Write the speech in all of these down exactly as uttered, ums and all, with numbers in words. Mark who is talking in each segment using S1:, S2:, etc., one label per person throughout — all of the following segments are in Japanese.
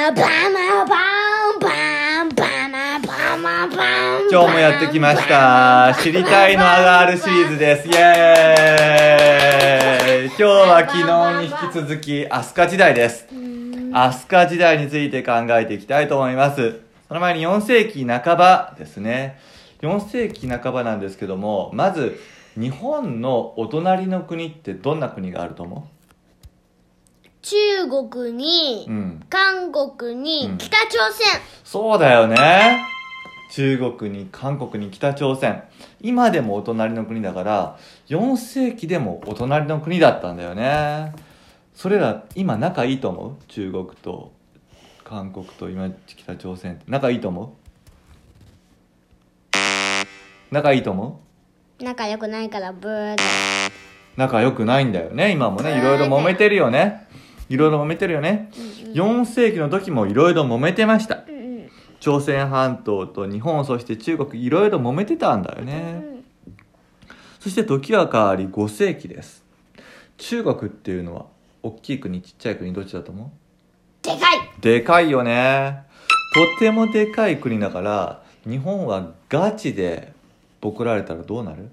S1: マバマバンバンバマバマバン。
S2: 今日もやってきました知りたいのあるあるシリーズです。イエーイ。今日は昨日に引き続き飛鳥時代です。飛鳥時代について考えていきたいと思います。その前によん世紀半ばですね。よん世紀半ばなんですけども、まず日本のお隣の国ってどんな国があると思う？
S1: 中国に、うん、韓国に、うん、北朝鮮。
S2: そうだよね。中国に韓国に北朝鮮。今でもお隣の国だからよん世紀でもお隣の国だったんだよね。それら今仲いいと思う？中国と韓国と今北朝鮮って仲いいと思う？仲いいと思
S1: う？仲良くないからブーだ。
S2: 仲良くないんだよね。今もねいろいろ揉めてるよね。いろいろ揉めてるよね、うんうん、よん世紀の時もいろいろ揉めてました、うんうん、朝鮮半島と日本そして中国いろいろ揉めてたんだよね、うんうん、そして時は変わりご世紀です。中国っていうのは大きい国ちっちゃい国どっちだと思う？
S1: でかい
S2: でかいよね。とてもでかい国だから日本はガチでボコられたらどうなる？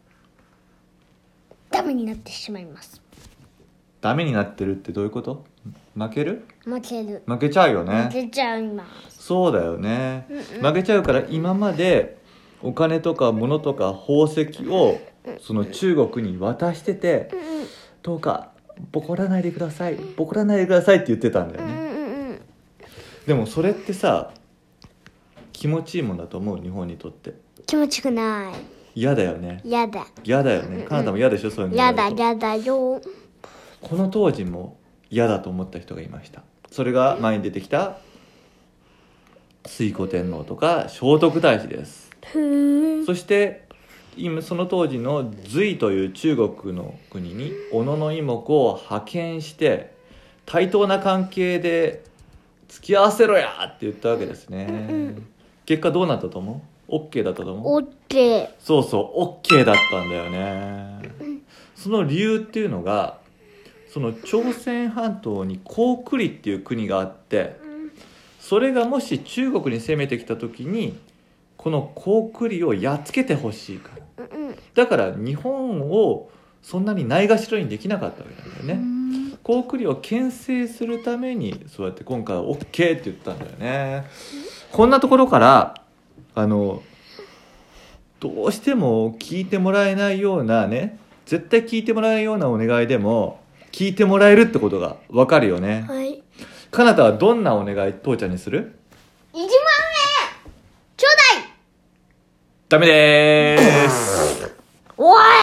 S1: ダメになってしまいます。
S2: ダメになってるってどういうこと？負ける？
S1: 負ける。
S2: 負けちゃうよね。
S1: 負けちゃいます。
S2: そうだよね、うんうん、負けちゃうから今までお金とか物とか宝石をその中国に渡してて、うんうん、どうかボコらないでくださいボコらないでくださいって言ってたんだよね、うんうんうん、でもそれってさ気持ちいいもんだと思う？日本にとって
S1: 気持ちくない。
S2: 嫌だよね。
S1: 嫌だ
S2: 嫌だよね。カナダも嫌でしょ？そういうの
S1: 嫌だ嫌だよ。
S2: この当時も嫌だと思った人がいました。それが前に出てきた推古天皇とか聖徳太子です。そして今その当時の隋という中国の国に小野の妹子を派遣して対等な関係で付き合わせろやって言ったわけですね、うんうん、結果どうなったと思う？ OK だったと思う？
S1: OK。
S2: そうそう OK だったんだよね。その理由っていうのがその朝鮮半島に高句麗っていう国があってそれがもし中国に攻めてきた時にこの高句麗をやっつけてほしいからだから日本をそんなにないがしろにできなかったわけなんだよね。高句麗を牽制するためにそうやって今回は OK って言ったんだよね。こんなところからあのどうしても聞いてもらえないようなね絶対聞いてもらえないようなお願いでも聞いてもらえるってことが分かるよね。
S1: はい。
S2: かなたはどんなお願い父ちゃんにする？
S1: いちまんえんちょうだい。
S2: ダメでーす。
S1: おい。